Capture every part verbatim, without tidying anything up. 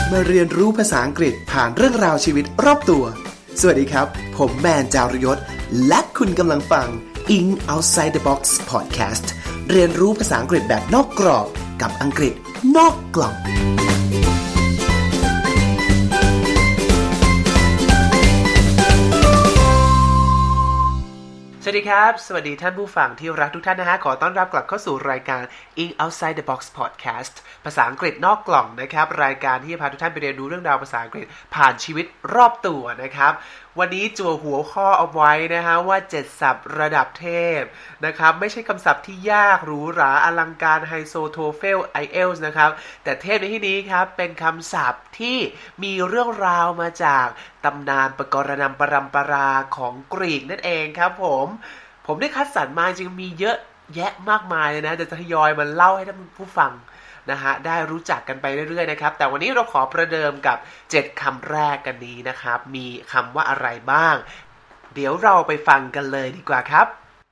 มาเรียนรู้ภาษาอังกฤษผ่านเรื่องราวชีวิตรอบตัวสวัสดีครับผมแมนจารยศและคุณกำลังฟัง In Outside the Box Podcast เรียนรู้ภาษาอังกฤษแบบนอกกรอบกับอังกฤษนอกกล่องสวัสดีครับสวัสดีท่านผู้ฟังที่รักทุกท่านนะฮะขอต้อนรับกลับเข้าสู่รายการ In Outside the Box Podcast ภาษาอังกฤษนอกกล่องนะครับรายการที่จะพาทุกท่านไปเรียนรู้เรื่องราวภาษาอังกฤษผ่านชีวิตรอบตัวนะครับวันนี้จั่วหัวข้อเอาไว้นะฮะว่าเจ็ดศัพท์ระดับเทพนะครับไม่ใช่คำศัพท์ที่ยากหรูหราอลังการไฮโซโทเฟล ไอ เอล ที เอส นะครับแต่เทพในที่นี้ครับเป็นคำศัพท์ที่มีเรื่องราวมาจากตำนานปกรณัมปรัมปราของกรีกนั่นเองครับผมผมได้คัดสรรมาจริงมีเยอะแยะมากมายเลยนะจะทยอยมาเล่าให้ท่านผู้ฟังนะฮะได้รู้จักกันไปเรื่อยๆนะครับแต่วันนี้เราขอประเดิมกับเจ็ดคำแรกกันนี้นะครับมีคำว่าอะไรบ้างเดี๋ยวเราไปฟังกันเลยดีกว่าครับ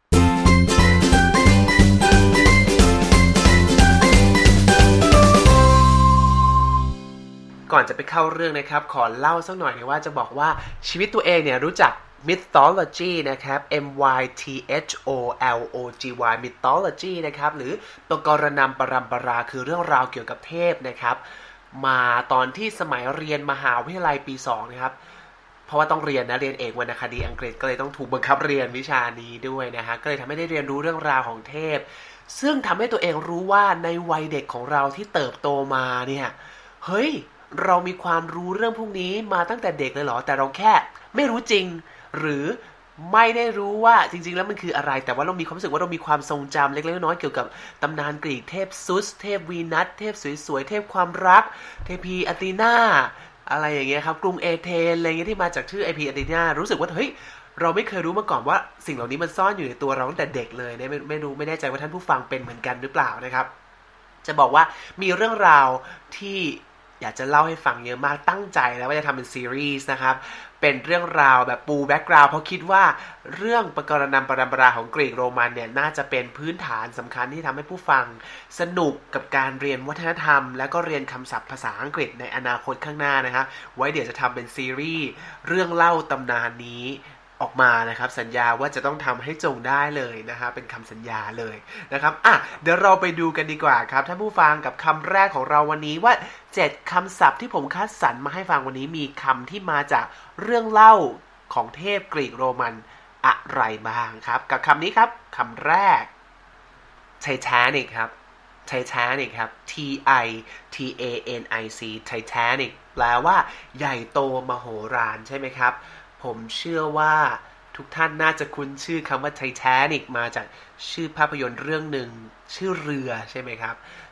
ก่อนจะไปเข้าเรื่องนะครับขอเล่าสักหน่อยนะว่าจะบอกว่าชีวิตตัวเองเนี่ยรู้จักmythology นะครับ M Y T H O L O G Y mythology นะครับหรือปกรณัมปรัมปราคือเรื่องราวเกี่ยวกับเทพนะครับมาตอนที่สมัยเรียนมหาวิทยาลัยปีสองนะครับเพราะว่าต้องเรียนนะเรียนเอกวรรณคดีอังกฤษก็เลยต้องถูกบังคับเรียนวิชานี้ด้วยนะฮะก็เลยทำให้ได้เรียนรู้เรื่องราวของเทพซึ่งทำให้ตัวเองรู้ว่าในวัยเด็กของเราที่เติบโตมาเนี่ยเฮ้ยเรามีความรู้เรื่องพวกนี้มาตั้งแต่เด็กเลยเหรอแต่เราแค่ไม่รู้จริงหรือไม่ได้รู้ว่าจริงๆแล้วมันคืออะไรแต่ว่าเรามีความรู้สึกว่าเรามีความทรงจำเล็กๆน้อยๆเกี่ยวกับตำนานกรีกเทพซุสเทพวีนัสเทพสวยๆเทพความรักเทพีอาธีนาอะไรอย่างเงี้ยครับกรุงเอเธนอะไรเงี้ยที่มาจากชื่อไอพีอาธีนารู้สึกว่าเฮ้ยเราไม่เคยรู้มาก่อนว่าสิ่งเหล่านี้มันซ่อนอยู่ในตัวเราตั้งแต่เด็กเลยเนี่ยไม่ไม่รู้ไม่แน่ใจว่าท่านผู้ฟังเป็นเหมือนกันหรือเปล่านะครับจะบอกว่ามีเรื่องราวที่อยากจะเล่าให้ฟังเยอะมากตั้งใจแล้วว่าจะทำเป็นซีรีส์นะครับเป็นเรื่องราวแบบปูแบ็กกราวด์เพราะคิดว่าเรื่องปกรณัมปรัมปราของกรีกโรมันเนี่ยน่าจะเป็นพื้นฐานสำคัญที่ทำให้ผู้ฟังสนุกกับการเรียนวัฒนธรรมแล้วก็เรียนคำศัพท์ภาษาอังกฤษในอนาคตข้างหน้านะครับไว้เดี๋ยวจะทำเป็นซีรีส์เรื่องเล่าตำนานนี้ออกมานะครับสัญญาว่าจะต้องทำให้จงได้เลยนะฮะเป็นคำสัญญาเลยนะครับอ่ะเดี๋ยวเราไปดูกันดีกว่าครับท่านผู้ฟังกับคำแรกของเราวันนี้ว่าเจ็ดคำศัพท์ที่ผมคัดสรรมาให้ฟังวันนี้มีคำที่มาจากเรื่องเล่าของเทพกรีกโรมันอะไรบ้างครับกับคำนี้ครับคำแรก Titanic ครับ Titanic ครับ T I T A N I C Titanic แปลว่าใหญ่โตมโหฬารใช่ไหมครับผมเชื่อว่าทุกท่านน่าจะคุ้นชื่อคำว่า Titanic มาจากชื่อภาพยนตร์เรื่องหนึ่งชื่อเรือใช่ไหมครับ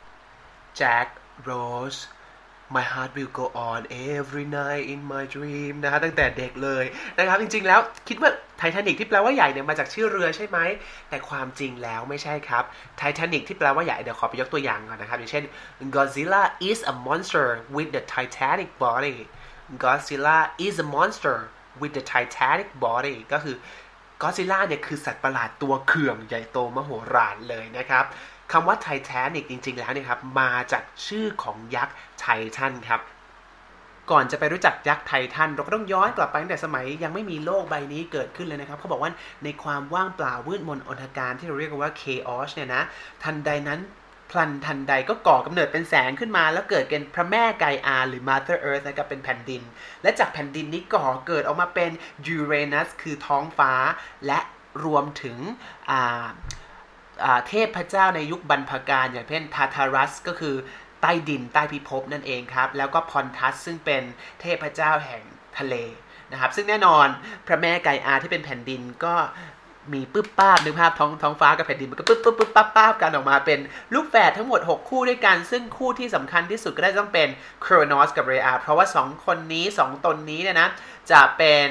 Jack Rose My heart will go on every night in my dream นะฮะตั้งแต่เด็กเลยนะครับจริงๆแล้วคิดว่า Titanic ที่แปลว่าใหญ่เนี่ยมาจากชื่อเรือใช่ไหมแต่ความจริงแล้วไม่ใช่ครับ Titanic ที่แปลว่าใหญ่เดี๋ยวขอไปยกตัวอย่างก่อนนะครับอย่างเช่น Godzilla is a monster with the Titanic body Godzilla is a monster with the Titanic body ก็คือ Godzilla เนี่ยคือสัตว์ประหลาดตัวเขื่องใหญ่โตมโหฬารเลยนะครับคำว่า Titanic จริงๆแล้วเนี่ยครับมาจากชื่อของยักษ์ไททันครับก่อนจะไปรู้จักยักษ์ไททันเราก็ต้องย้อนกลับไปตั้งแต่สมัยยังไม่มีโลกใบนี้เกิดขึ้นเลยนะครับเขาบอกว่าในความว่างเปล่ามืดมนอนทการที่เราเรียกว่า chaos เนี่ยนะทันใดนั้นพลันทันใดก็ก่อกำเนิดเป็นแสงขึ้นมาแล้วเกิดเป็นพระแม่ไกอาหรือ Mother Earth นะครับเป็นแผ่นดินและจากแผ่นดินนี้ก่อเกิดออกมาเป็น Uranus คือท้องฟ้าและรวมถึงอ่าเทพเจ้าในยุคบรรพกาลอย่างเช่นทาทารัสก็คือใต้ดินใต้พิภพนั่นเองครับแล้วก็พอนทัสซึ่งเป็นเทพเจ้าแห่งทะเลนะครับซึ่งแน่นอนพระแม่ไกอาที่เป็นแผ่นดินก็มีปึ๊บป้าบนึกภาพท้องท้องฟ้ากับแผ่นดินมันก็ปึ๊บปึ๊บปึ๊บป้าบป้าบกันออกมาเป็นลูกแฝดทั้งหมดหกคู่ด้วยกันซึ่งคู่ที่สำคัญที่สุดก็ได้ต้องเป็นโครโนสกับเรอาเพราะว่าสองคนนี้สองตนนี้เนี่ยนะจะเป็น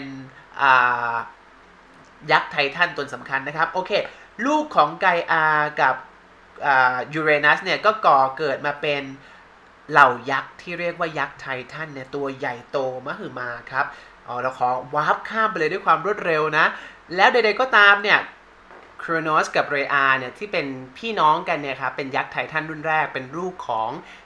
ยักษ์ไททันตนสำคัญนะครับโอเคลูกของไกอากับยูเรนัสเนี่ยก็ก่อเกิดมาเป็นเหล่ายักษ์ที่เรียกว่ายักษ์ไททันเนี่ยตัวใหญ่โตมหึมาครับอ๋อเราขอวาร์ปข้ามไปเลยด้วยความรวดเร็วนะแล้วใดๆก็ตามเนี่ยโครโนสกับเรอาเนี่ยที่เป็นพี่น้องกันเนี่ยครับเป็นยักษ์ไททันรุ่นแรกเป็นลูกของ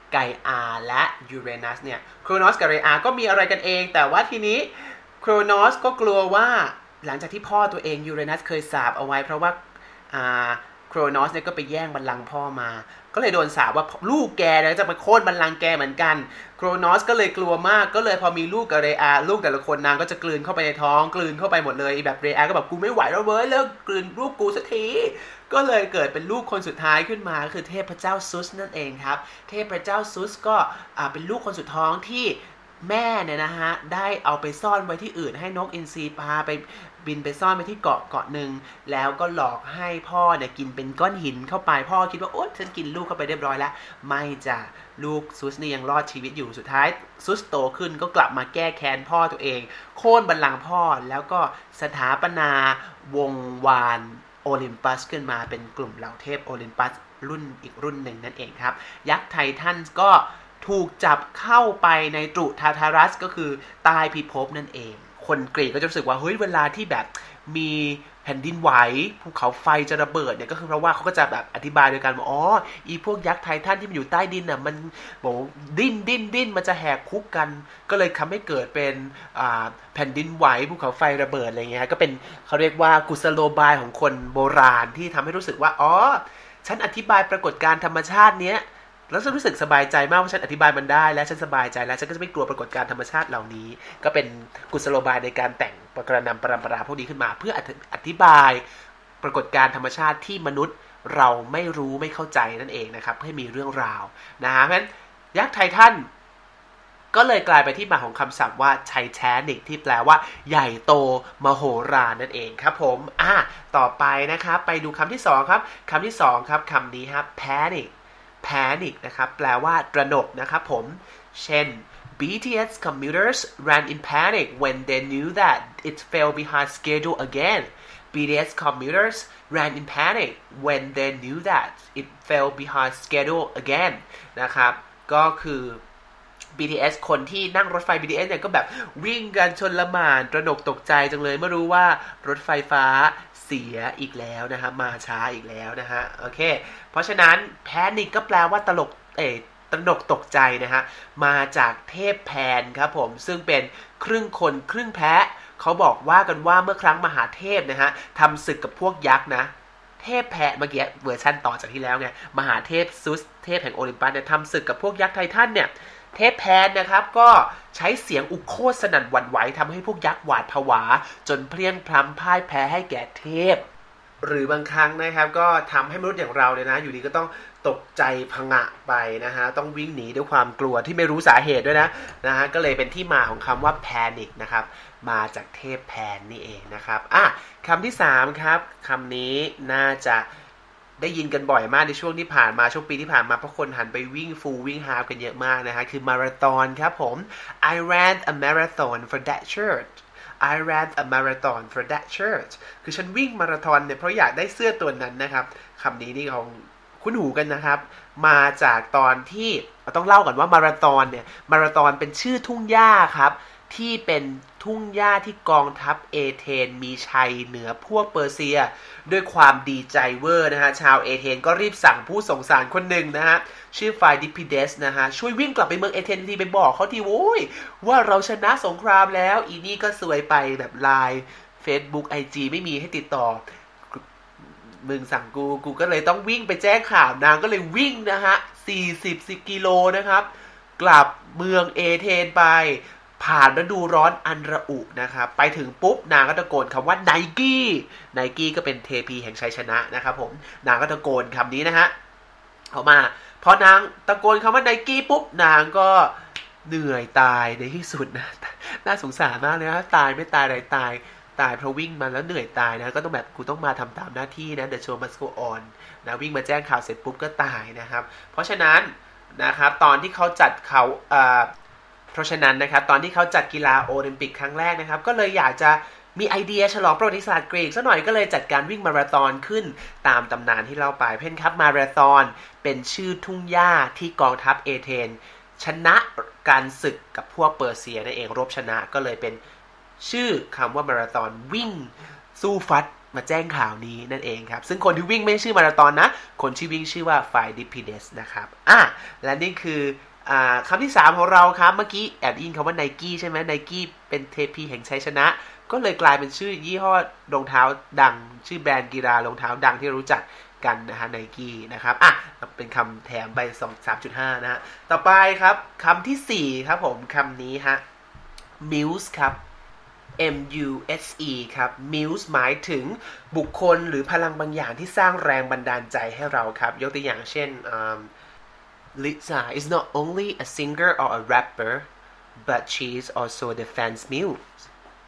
ไกอาและยูเรนัสเนี่ยโครโนสกับเรอาก็มีอะไรกันเองแต่ว่าทีนี้โครโนสก็กลัวว่าหลังจากที่พ่อตัวเองยูเรนัสเคยสาปเอาไว้เพราะว่าอ่าโครโนสเนี่ยก็ไปแย่งบัลลังก์พ่อมาก็เลยโดนสาปว่าลูกแกเนี่ยจะมาโค่นบัลลังก์แกเหมือนกันโครโนสก็เลยกลัวมากก็เลยพอมีลูกกับเรอาลูกแต่ละคนนางก็จะกลืนเข้าไปในท้องกลืนเข้าไปหมดเลยแบบเรอาก็แบบกูไม่ไหวแล้วเว้ยเลิกกลืนลูกกูสักทีก็เลยเกิดเป็นลูกคนสุดท้ายขึ้นมาคือเทพเจ้าซุสนั่นเองครับเทพเจ้าซุสก็เป็นลูกคนสุดท้องที่แม่เนี่ยนะฮะได้เอาไปซ่อนไว้ที่อื่นให้นกอินทรีพาไปบินไปซ่อนไว้ที่เกาะเกาะหนึ่งแล้วก็หลอกให้พ่อเนี่ยกินเป็นก้อนหินเข้าไปพ่อคิดว่าโอ๊ยฉันกินลูกเข้าไปเรียบร้อยแล้วไม่จ้ะลูกซุสนี่ยังรอดชีวิตอยู่สุดท้ายซุสโตขึ้นก็กลับมาแก้แค้นพ่อตัวเองโค่นบัลลังก์พ่อแล้วก็สถาปนาวงวานโอลิมปัสขึ้นมาเป็นกลุ่มเหล่าเทพโอลิมปัสรุ่นอีกรุ่นหนึ่งนั่นเองครับยักษ์ไททันก็ถูกจับเข้าไปในตรุทาทารัสก็คือใต้พิภพนั่นเองคนกรีกก็จะรู้สึกว่าเฮ้ยเวลาที่แบบมีแผ่นดินไหวภูเขาไฟจะระเบิดเนี่ยก็คือเพราะว่าเขาก็จะแบบอธิบายโดยการบอกอ๋ออีพวกยักษ์ไททันที่มันอยู่ใต้ดินน่ะมันบอกดิ้นดิ้นดิ้นมันจะแหกคุกกันก็เลยทำให้เกิดเป็นอ่าแผ่นดินไหวภูเขาไฟระเบิดอะไรเงี้ยก็เป็นเขาเรียกว่ากุศโลบายของคนโบราณที่ทำให้รู้สึกว่าอ๋อฉันอธิบายปรากฏการณ์ธรรมชาติเนี้ยแล้วฉันรู้สึกสบายใจมากว่าฉันอธิบายมันได้และฉันสบายใจแล้วฉันก็จะไม่กลัวปรากฏการณ์ธรรมชาติเหล่านี้ก็เป็นกุศโลบายในการแต่งประกรณำปรำปราพวกนี้ขึ้นมาเพื่ออธิบายปรากฏการณ์ธรรมชาติที่มนุษย์เราไม่รู้ไม่เข้าใจนั่นเองนะครับเพื่อมีเรื่องราวนะฮะเพราะฉะนั้นยักษ์ไททันก็เลยกลายไปที่มาของคำศัพท์ว่าไทแทนิกที่แปลว่าใหญ่โตมโหฬารนั่นเองครับผมอ่ะต่อไปนะครับไปดูคำที่สองครับคำที่สองครับคำนี้ครับ panic panic นะครับแปลว่าตระหนกนะครับผมเช่น บี ที เอส commuters ran in panic when they knew that it fell behind schedule again บี ที เอส commuters ran in panic when they knew that it fell behind schedule again นะครับก็คือ บี ที เอส คนที่นั่งรถไฟ บี ที เอส เนี่ยก็แบบวิ่งกันชนละหม่านตระหนกตกใจจังเลยเมื่อรู้ว่ารถไฟฟ้าเสียอีกแล้วนะฮะมาช้าอีกแล้วนะฮะโอเคเพราะฉะนั้นแพนิคก็แปลว่าตลกเอ๋ตระหนกตกใจนะฮะมาจากเทพแพนครับผมซึ่งเป็นครึ่งคนครึ่งแพะเขาบอกว่ากันว่าเมื่อครั้งมหาเทพนะฮะทำศึกกับพวกยักษ์นะเทพแพะเมื่อกี้เวอร์ชันต่อจากที่แล้วไงมหาเทพซุสเทพแห่งโอลิมปัสเนี่ยทำศึกกับพวกยักษ์ไททันเนี่ยเทพแพนนะครับก็ใช้เสียงอุโคตรสนั่นหวั่นไหวทำให้พวกยักษ์หวาดผวาจนเพลียงพล้ำพ่ายแพ้ให้แก่เทพหรือบางครั้งนะครับก็ทำให้มนุษย์อย่างเราเนี่ยนะอยู่ดีก็ต้องตกใจผงะไปนะฮะต้องวิ่งหนีด้วยความกลัวที่ไม่รู้สาเหตุด้วยนะนะฮะก็เลยเป็นที่มาของคำว่า panic นะครับมาจากเทพแพนนี่เองนะครับอ่ะคำที่สามครับคำนี้น่าจะได้ยินกันบ่อยมากในช่วงที่ผ่านมาช่วงปีที่ผ่านมาเพราะคนหันไปวิ่งฟูลวิ่งฮาล์ฟกันเยอะมากนะฮะคือมาราธอนครับผม I ran a marathon for that shirt I ran a marathon for that shirt คือฉันวิ่งมาราธอนเนี่ยเพราะอยากได้เสื้อตัวนั้นนะครับคำนี้นี่ของคุ้นหูกันนะครับมาจากตอนที่เราต้องเล่าก่อนว่ามาราธอนเนี่ยมาราธอนเป็นชื่อทุ่งหญ้าครับที่เป็นทุ่งหญ้าที่กองทัพเอเธนมีชัยเหนือพวกเปอร์เซียด้วยความดีใจเวอร์นะฮะชาวเอเธนก็รีบสั่งผู้ส่งสารคนหนึ่งนะฮะชื่อไฟดิพิเดสนะฮะช่วยวิ่งกลับไปเมืองเอเธนทีไปบอกเขาทีโว้ยว่าเราชนะสงครามแล้วอีนี่ก็สวยไปแบบไลน์ Facebook ไอ จี ไม่มีให้ติดต่อมึงสั่งกูกูก็เลยต้องวิ่งไปแจ้งข่าวนางก็เลยวิ่งนะฮะสี่สิบกิโลนะครับกลับเมืองเอเธนไปผ่านฤดูร้อนอันระอุนะครับไปถึงปุ๊บนางก็ตะโกนคำว่าไนกี้ไนกี้ก็เป็นเทพีแห่งชัยชนะนะครับผมนางก็ตะโกนคำนี้นะฮะออกมาพอนางตะโกนคำว่าไนกี้ปุ๊บนางก็เหนื่อยตายในที่สุดนะน่าสงสารมากเลยนะตายไม่ตายอะไรตายตายเพราะวิ่งมาแล้วเหนื่อยตายนะก็ต้องแบบกูต้องมาทำตามหน้าที่นะ The show must go on นะวิ่งมาแจ้งข่าวเสร็จปุ๊บก็ตายนะครับเพราะฉะนั้นนะครับตอนที่เขาจัดเขาเอ่อเพราะฉะนั้นนะครับตอนที่เขาจัดกีฬาโอลิมปิกครั้งแรกนะครับก็เลยอยากจะมีไอเดียฉลองประวัติศาสตร์กรีกซะหน่อยก็เลยจัดการวิ่งมาราธอนขึ้นตามตำนานที่เล่าไปเพ่นครับมาราธอนเป็นชื่อทุ่งหญ้าที่กองทัพเอเธนชนะการศึกกับพวกเปอร์เซียนั่นเองรบชนะก็เลยเป็นชื่อคำว่ามาราธอนวิ่งสู้ฟัดมาแจ้งข่าวนี้นั่นเองครับซึ่งคนที่วิ่งไม่ชื่อมาราธอนนะคนที่วิ่งชื่อว่าไฟดิพิเดสนะครับอ่ะและนี่คืออ่าคำที่สามของเราครับเมื่อกี้แอบได้ยินคำว่า Nike ใช่ไหม Nike เป็นเทพีแห่งชัยชนะก็เลยกลายเป็นชื่อยี่ห้อรองเท้าดังชื่อแบรนด์กีฬารองเท้าดังที่รู้จักกันนะฮะ Nike นะครับอ่ะเป็นคำแถมไปสอง สามจุดห้า นะฮะต่อไปครับคำที่สี่ครับผมคำนี้ฮะ Muse ครับ M U S E ครับ Muse หมายถึงบุคคลหรือพลังบางอย่างที่สร้างแรงบันดาลใจให้เราครับยกตัวอย่างเช่น um, Lisa is not only a singer or a rapper but she is also the fans muse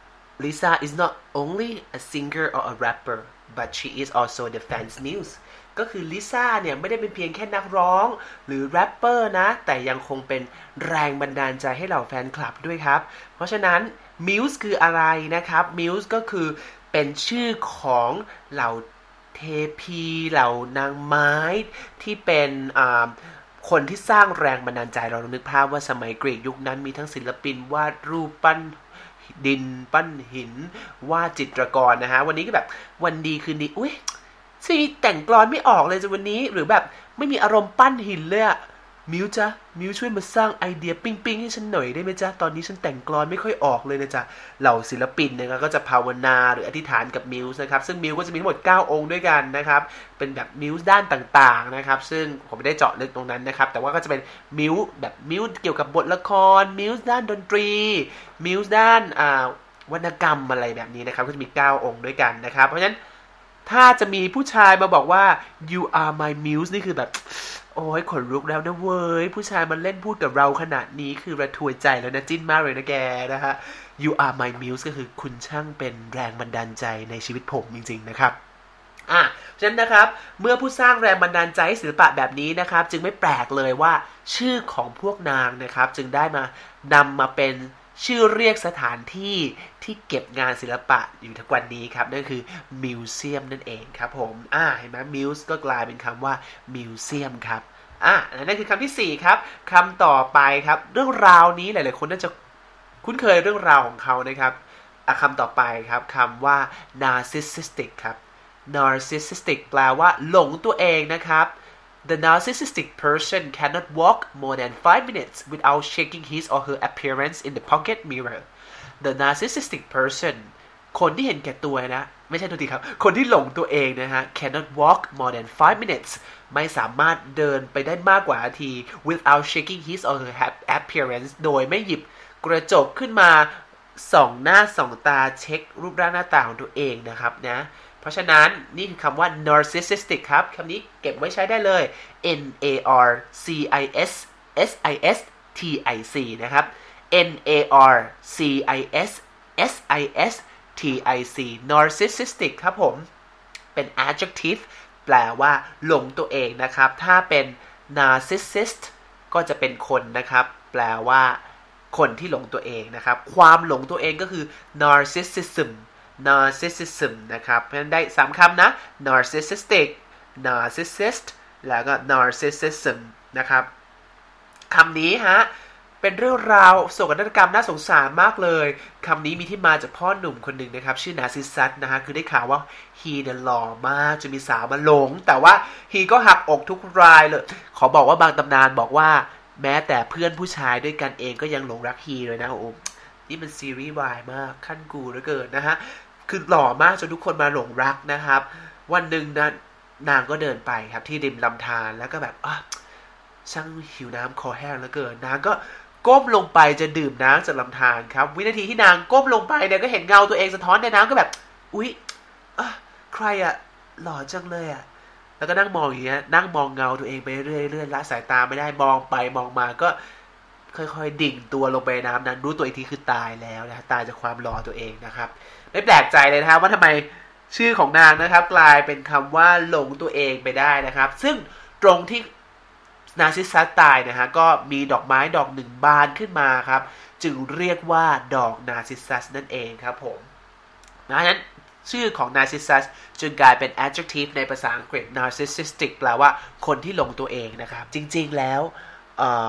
Lisa is not only a singer or a rapper but she is also the fans muse ก็คือลิซ่าเนี่ยไม่ได้เป็นเพียงแค่นักร้องหรือแรปเปอร์นะแต่ยังคงเป็นแรงบันดาลใจให้เหล่าแฟนคลับด้วยครับเพราะฉะนั้น Muse คืออะไรนะครับ Muse ก็คือเป็นชื่อของเหล่าเทพีเหล่านางไม้ที่เป็นคนที่สร้างแรงบันดาลใจเรานึกภาพว่าสมัยกรีกยุคนั้นมีทั้งศิลปินวาดรูปปั้นดินปั้นหินวาดจิตรกรนะฮะวันนี้ก็แบบวันดีคืนดีอุ้ยซีแต่งกลอนไม่ออกเลยจนวันนี้หรือแบบไม่มีอารมณ์ปั้นหินเลยอะมิวจ้ะมิวช่วยมาสร้างไอเดียปิ๊งปิ๊งให้ฉันหน่อยได้ไหมจ๊ะตอนนี้ฉันแต่งกลอนไม่ค่อยออกเลยนะจ๊ะเหล่าศิลปินนะครับก็จะภาวนาหรืออธิษฐานกับมิวส์นะครับซึ่งมิวก็จะมีทั้งหมดเก้าองค์ด้วยกันนะครับเป็นแบบมิวส์ด้านต่างๆนะครับซึ่งผมไม่ได้เจาะลึกตรงนั้นนะครับแต่ว่าก็จะเป็นมิวส์แบบมิวส์เกี่ยวกับบทละครมิวส์ด้านดนตรีมิวส์ด้านอ่าวรรณกรรมอะไรแบบนี้นะครับก็จะมีเก้าองค์ด้วยกันนะครับเพราะฉะนั้นถ้าจะมีผู้ชายมาบอกว่า you are my muse นี่คือแบบโอ้ยขนลุกแล้วนะเว้ยผู้ชายมาเล่นพูดกับเราขนาดนี้คือระทวยใจแล้วนะจิ้นมากเลยนะแกนะฮะ you are my muse ก็คือคุณช่างเป็นแรงบันดาลใจในชีวิตผมจริงๆนะครับอ่ะฉะนั้นนะครับเมื่อผู้สร้างแรงบันดาลใจศิลปะแบบนี้นะครับจึงไม่แปลกเลยว่าชื่อของพวกนางนะครับจึงได้มานำมาเป็นชื่อเรียกสถานที่ที่เก็บงานศิลปะอยู่ทุกวันนี้ครับนั่นคือมิวเซียมนั่นเองครับผมอ่าเห็นไหมมิวส์ก็กลายเป็นคำว่ามิวเซียมครับอ่านั่นคือคำที่สี่ครับคำต่อไปครับเรื่องราวนี้หลายๆคนน่าจะคุ้นเคยเรื่องราวของเขานะครับอ่ะคำต่อไปครับคำว่า narcissistic ครับ narcissistic แปลว่าหลงตัวเองนะครับThe narcissistic person cannot walk more than five minutes without checking his or her appearance in the pocket mirror. The narcissistic person คนที่เห็นแก่ตัวนะไม่ใช่ตัวทีครับคนที่หลงตัวเองนะฮะ cannot walk more than five minutes ไม่สามารถเดินไปได้มากกว่านาที without checking his or her appearance โดยไม่หยิบกระจกขึ้นมาส่องหน้าส่องตาเช็ครูปร่างหน้าตาของตัวเองนะครับนะเพราะฉะนั้นนี่คือคำว่า narcissistic ครับคำนี้เก็บไว้ใช้ได้เลย N A R C I S S I S T I C นะครับ N A R C I S S I S T I C narcissistic ครับผมเป็น adjective แปลว่าหลงตัวเองนะครับถ้าเป็น narcissist ก็จะเป็นคนนะครับแปลว่าคนที่หลงตัวเองนะครับความหลงตัวเองก็คือ narcissism narcissism นะครับเพราะฉะนั้นได้สามคำนะ narcissistic narcissist แล้วก็ narcissism นะครับคำนี้ฮะเป็นเรื่องราวโศกนาฏกรรมน่าสงสารมากเลยคำนี้มีที่มาจากพ่อหนุ่มคนหนึ่งนะครับชื่อนาซิสซัสนะฮะคือได้ข่าวว่า he เนี่ยหล่อมากจะมีสาวมาหลงแต่ว่า he ก็หักอกทุกรายเลยขอบอกว่าบางตำนานบอกว่าแม้แต่เพื่อนผู้ชายด้วยกันเองก็ยังหลงรัก he เลยนะโอ้นี่มันซีรีส์วายมากขั้นกูเหลือเกินนะฮะคือหล่อมากจนทุกคนมาหลงรักนะครับวันหนึ่งนะนางก็เดินไปครับที่ริมลำธารแล้วก็แบบอ่ะช่างหิวน้ำคอแห้งเหลือเกินนางก็ก้มลงไปจะดื่มน้ำจากลำธารครับวินาทีที่นางก้มลงไปเนี่ยก็เห็นเงาตัวเองสะท้อนในน้ำก็แบบอุ๊ยอ่ะใครอะหล่อจังเลยอะแล้วก็นั่งมองอย่างเงี้ยนั่งมองเงาตัวเองไปเรื่อยๆละสายตาไม่ได้มองไปมองมาก็ค่อยๆดิ่งตัวลงไปในน้ำนั้นรู้ตัวอีกทีคือตายแล้วนะตายจากความหล่อตัวเองนะครับไม่แปลกใจเลยนะครับว่าทำไมชื่อของนางนะครับกลายเป็นคำว่าหลงตัวเองไปได้นะครับซึ่งตรงที่นาซิสซัสตายนะฮะก็มีดอกไม้ดอกหนึ่งบานขึ้นมาครับจึงเรียกว่าดอกนาซิสซัสนั่นเองครับผมนะฉะนั้นชื่อของ narcissus จึงกลายเป็น adjective ในภาษาอังกฤษ narcissistic แปลว่าคนที่หลงตัวเองนะครับจริงๆแล้ว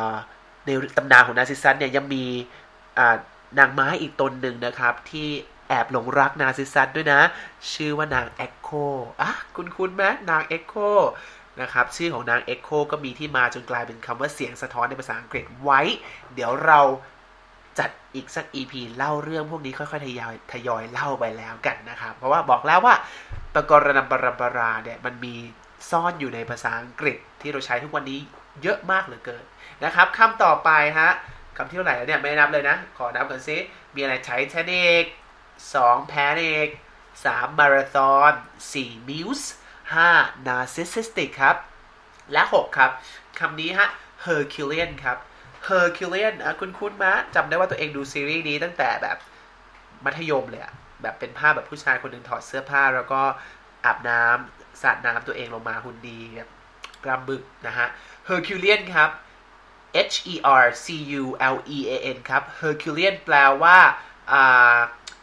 ในตำนานของ narcissus เนี่ยยังมีนางไม้อีกตนหนึ่งนะครับที่แอบหลงรักนาร์ซิสซัสด้วยนะชื่อว่านางเอ็กโคอ่ะคุ้นๆไหมนางเอ็กโคนะครับชื่อของนางเอ็กโคก็มีที่มาจนกลายเป็นคำว่าเสียงสะท้อนในภาษาอังกฤษไว้เดี๋ยวเราจัดอีกสัก อี พี เล่าเรื่องพวกนี้ค่อยๆทยอยทยอยเล่าไปแล้วกันนะครับเพราะว่าบอกแล้วว่าปกรณัมปรปราเนี่ยมันมีซ่อนอยู่ในภาษาอังกฤษที่เราใช้ทุกวันนี้เยอะมากเหลือเกินนะครับคำต่อไปฮะคำที่เท่าไหร่แล้วเนี่ยไม่นับเลยนะขอนับกันซิมีอะไรไททานิกสองแพนิกสามมาราธอนสี่มิวส์ห้านาร์ซิสซิสติกครับและหกครับคำนี้ฮะ Herculean ครับ Herculean อ่ะคุ้นๆมั้ยจำได้ว่าตัวเองดูซีรีส์นี้ตั้งแต่แบบมัธยมเลยอะแบบเป็นภาพแบบผู้ชายคนหนึ่งถอดเสื้อผ้าแล้วก็อาบน้ำสาดน้ำตัวเองลงมาหุ่นดีแบบกล้ามบึกนะฮะ Herculean ครับ H E R C U L E A N ครับ Herculean แปลว่าอ่า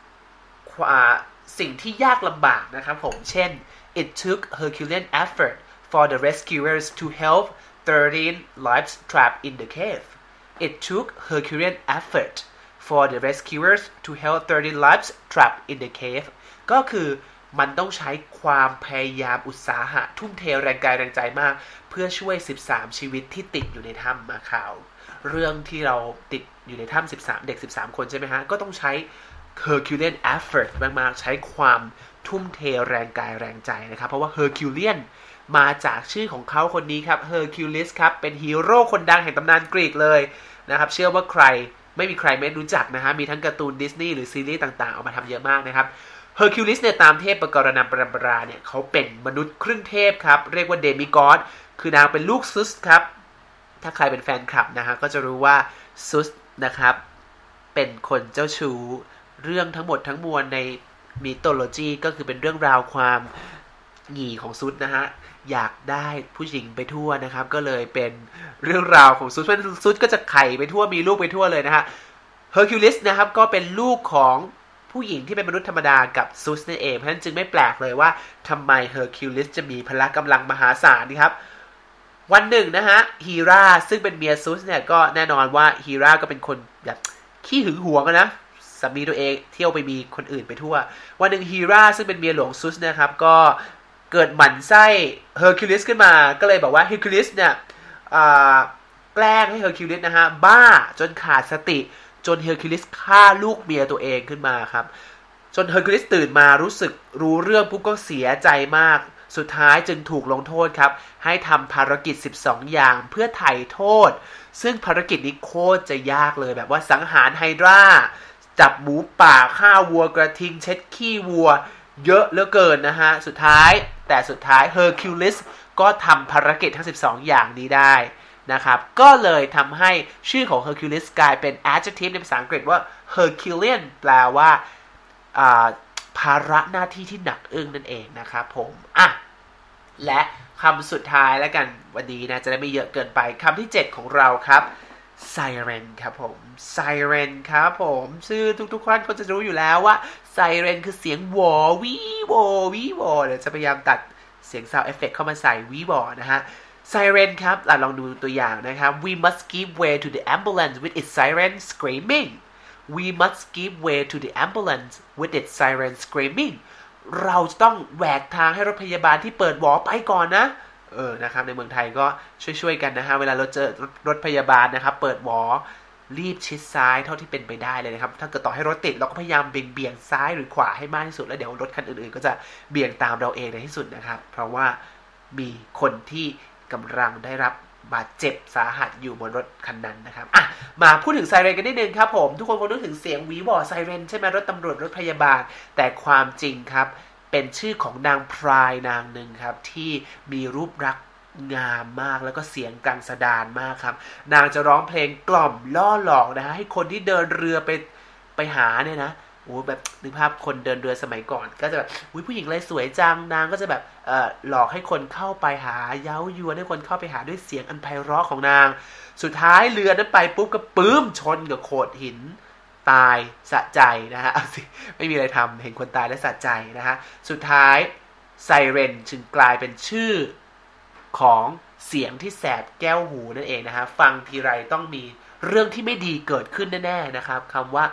สิ่งที่ยากลำบากนะครับผมเช่น It took Herculean effort for the rescuers to help thirteen lives trapped in the cave. It took Herculean effort for the rescuers to help thirteen lives trapped in the cave ก็คือมันต้องใช้ความพยายามอุตสาหะทุ่มเทแรงกายแรงใจมากเพื่อช่วยสิบสามชีวิตที่ติดอยู่ในถ้ำมาข่าวเรื่องที่เราติดอยู่ในถ้ำสิบสามเด็กสิบสามคนใช่ไหมฮะก็ต้องใช้ Herculean effort มากๆใช้ความทุ่มเทแรงกายแรงใจนะครับเพราะว่า Herculean มาจากชื่อของเขาคนนี้ครับ Hercules ครับเป็นฮีโร่คนดังแห่งตำนานกรีกเลยนะครับเชื่อว่าใครไม่มีใครไม่รู้จักนะฮะมีทั้งการ์ตูนดิสนีย์หรือซีรีส์ต่างๆออกมาทำเยอะมากนะครับเฮอร์คิวลิสเนี่ยตามเทพปกรณัมปรปราเนี่ยเขาเป็นมนุษย์ครึ่งเทพครับเรียกว่าเดมิกอสคือนางเป็นลูกซุสครับถ้าใครเป็นแฟนคลับนะฮะก็จะรู้ว่าซุสนะครับเป็นคนเจ้าชู้เรื่องทั้งหมดทั้งมวลในมิโธโลจีก็คือเป็นเรื่องราวความหงี่ของซุสนะฮะอยากได้ผู้หญิงไปทั่วนะครับก็เลยเป็นเรื่องราวของซุสเพราะซุสก็จะไข่ไปทั่วมีลูกไปทั่วเลยนะฮะเฮอร์คิวลิสนะครับก็เป็นลูกของผู้หญิงที่เป็นมนุษย์ธรรมดากับซุสนั่นเองเพราะฉะนั้นจึงไม่แปลกเลยว่าทำไมเฮอร์คิวลิสจะมีพละกำลังมหาศาลนะครับวันหนึ่งนะฮะฮีราซึ่งเป็นเมียซุสเนี่ยก็แน่นอนว่าฮีราก็เป็นคนแบบขี้หึงหวงนะสามีตัวเองเที่ยวไปมีคนอื่นไปทั่ววันหนึ่งฮีราซึ่งเป็นเมียหลวงซุสนะครับก็เกิดหมั่นไส้เฮอร์คิวลิสขึ้นมาก็เลยบอกว่าเฮอร์คิวลิสเนี่ยแกล้งให้เฮอร์คิวลิสนะฮะบ้าจนขาดสติจนเฮอร์คิวลิสฆ่าลูกเมียตัวเองขึ้นมาครับจนเฮอร์คิวลิสตื่นมารู้สึกรู้เรื่องปุ๊บก็เสียใจมากสุดท้ายจึงถูกลงโทษครับให้ทำภารกิจสิบสองอย่างเพื่อไถ่โทษซึ่งภารกิจนี้โคตรจะยากเลยแบบว่าสังหารไฮดราจับหมูป่าฆ่าวัวกระทิงเช็ดขี้วัวเยอะเหลือเกินนะฮะสุดท้ายแต่สุดท้ายเฮอร์คิวลิสก็ทำภารกิจทั้งสิบสองอย่างนี้ได้นะครับก็เลยทำให้ชื่อของ Hercules กลายเป็น adjective ในภาษาอังกฤษว่า Herculean แปลว่าภาระหน้าที่ที่หนักอึ้งนั่นเองนะครับผมอ่ะและคำสุดท้ายแล้วกันวันนี้นะจะได้ไม่เยอะเกินไปคำที่เจ็ดของเราครับ Siren ครับผม Siren ครับผมชื่อทุกๆคนก็จะรู้อยู่แล้วว่า Siren คือเสียงวอวีวอวีวอเดี๋ยวจะพยายามตัดเสียง sound effect เข้ามาใส่วีวอนะฮะSiren ครับลองดูตัวอย่างนะครับ We must give way to the ambulance with its siren screaming We must give way to the ambulance with its siren screaming เราจะต้องแหวกทางให้รถพยาบาลที่เปิดหวอไปก่อนนะเออนะครับในเมืองไทยก็ช่วยๆกันนะฮะเวลาเราเจอรถพยาบาลนะครับเปิดหวอรีบชิดซ้ายเท่าที่เป็นไปได้เลยนะครับถ้าเกิดต่อให้รถติดเราก็พยายามเบี่ยงเบี่ยงซ้ายหรือขวาให้มากที่สุดแล้วเดี๋ยวรถคันอื่นๆก็จะเบี่ยงตามเราเองในที่สุดนะครับเพราะว่ามีคนที่กำลังได้รับบาดเจ็บสาหัสอยู่บนรถคันนั้นนะครับอ่ะมาพูดถึงไซเรนกันนิดนึงครับผมทุกคนคงนึกถึงเสียงหวีบอไซเรนใช่ไหมรถตำรวจรถพยาบาลแต่ความจริงครับเป็นชื่อของนางพรายนางหนึ่งครับที่มีรูปลักษณ์งามมากแล้วก็เสียงกังสดานมากครับนางจะร้องเพลงกล่อมล่อหลอกนะฮะให้คนที่เดินเรือไปไปหาเนี่ยนะโอ้แบบนึกภาพคนเดินเรือสมัยก่อนก็จะแบบอุ๊ยผู้หญิงเลยสวยจังนางก็จะแบบเอ่อหลอกให้คนเข้าไปหาเย้ายวนให้คนเข้าไปหาด้วยเสียงอันไพเราะของนางสุดท้ายเรือนั้นไปปุ๊บก็ปื้มชนกับโขดหินตายสะใจนะฮะไม่มีอะไรทำเห็นคนตายและสะใจนะฮะสุดท้ายไซเรนจึงกลายเป็นชื่อของเสียงที่แสบแก้วหูนั่นเองนะฮะฟังทีไรต้องมีเรื่องที่ไม่ดีเกิดขึ้นแน่ๆนะครับคำว่า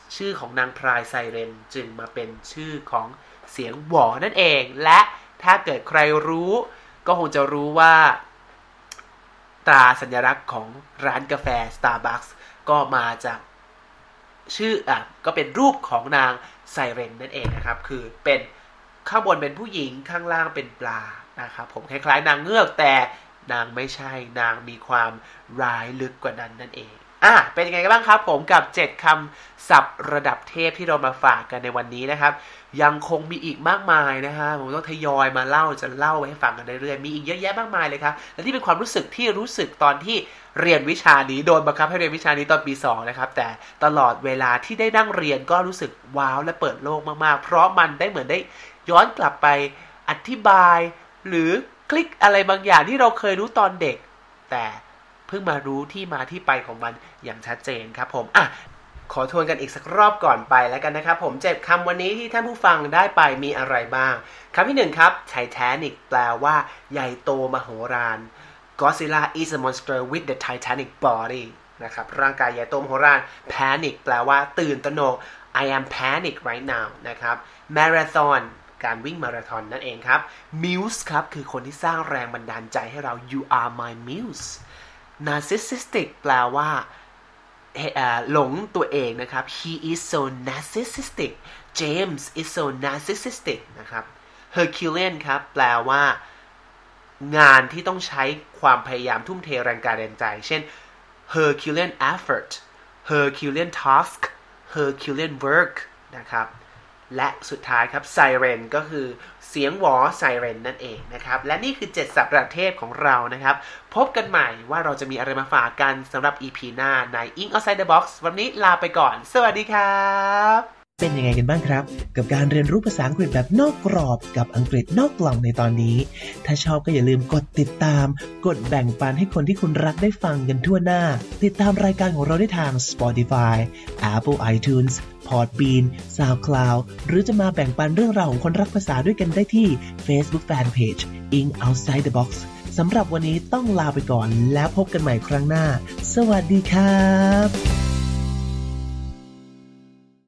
ชื่อของนางพรายไซเรนจึงมาเป็นชื่อของเสียงหวอนั่นเองและถ้าเกิดใครรู้ก็คงจะรู้ว่าตราสัญลักษณ์ของร้านกาแฟ Starbucks ก็มาจากชื่ออ่ะก็เป็นรูปของนางไซเรนนั่นเองนะครับคือเป็นข้างบนเป็นผู้หญิงข้างล่างเป็นปลานะครับผมคล้ายๆนางเงือกแต่นางไม่ใช่นางมีความร้ายลึกกว่านั้นนั่นเองอ่ะเป็นยังไงกันบ้างครับผมกับเจ็ดคำศัพท์ระดับเทพที่เรามาฝากกันในวันนี้นะครับยังคงมีอีกมากมายนะฮะผมต้องทยอยมาเล่าจะเล่าให้ฟังกันเรื่อยๆมีอีกเยอะแยะมากมายเลยครับและที่เป็นความรู้สึกที่รู้สึกตอนที่เรียนวิชานี้โดนบังคับให้เรียนวิชานี้ตอนปีสองนะครับแต่ตลอดเวลาที่ได้นั่งเรียนก็รู้สึกว้าวและเปิดโลกมากๆเพราะมันได้เหมือนได้ย้อนกลับไปอธิบายหรือคลิกอะไรบางอย่างที่เราเคยรู้ตอนเด็กแต่เพิ่งมารู้ที่มาที่ไปของมันอย่างชัดเจนครับผมอ่ะขอทวนกันอีกสักรอบก่อนไปแล้วกันนะครับผมเจ็ดคำวันนี้ที่ท่านผู้ฟังได้ไปมีอะไรบ้างคำที่หนึ่งครับ Titanic แปลว่าใหญ่โตมโหฬาร Godzilla is a monster with the Titanic body นะครับร่างกายใหญ่โตมโหฬาร Panic แปลว่าตื่นตระหนก I am panic right now นะครับ Marathon การวิ่งมาราธอนนั่นเองครับ Muse ครับคือคนที่สร้างแรงบันดาลใจให้เรา You are my muse Narcissistic แปลว่าหลงตัวเองนะครับ He is so narcissistic James is so narcissistic นะครับ Herculean ครับแปลว่างานที่ต้องใช้ความพยายามทุ่มเทแรงกายแรงใจเช่น Herculean effort Herculean task Herculean work นะครับและสุดท้ายครับ Siren ก็คือเสียงหวอ Siren นั่นเองนะครับและนี่คือเจ็ดศัพท์ระดับเทพของเรานะครับพบกันใหม่ว่าเราจะมีอะไรมาฝากกันสำหรับ อี พี หน้าใน Ink Outside the Box วันนี้ลาไปก่อนสวัสดีครับเป็นยังไงกันบ้างครับกับการเรียนรู้ภาษาอังกฤษแบบนอกกรอบกับอังกฤษนอกกล่องในตอนนี้ถ้าชอบก็อย่าลืมกดติดตามกดแบ่งปันให้คนที่คุณรักได้ฟังกันทั่วหน้าติดตามรายการของเราได้ทาง Spotify Apple iTunes Podbean SoundCloud หรือจะมาแบ่งปันเรื่องราวของคนรักภาษาด้วยกันได้ที่ Facebook Fanpage Ink Outside the Box สำหรับวันนี้ต้องลาไปก่อนแล้วพบกันใหม่ครั้งหน้าสวัสดีครับ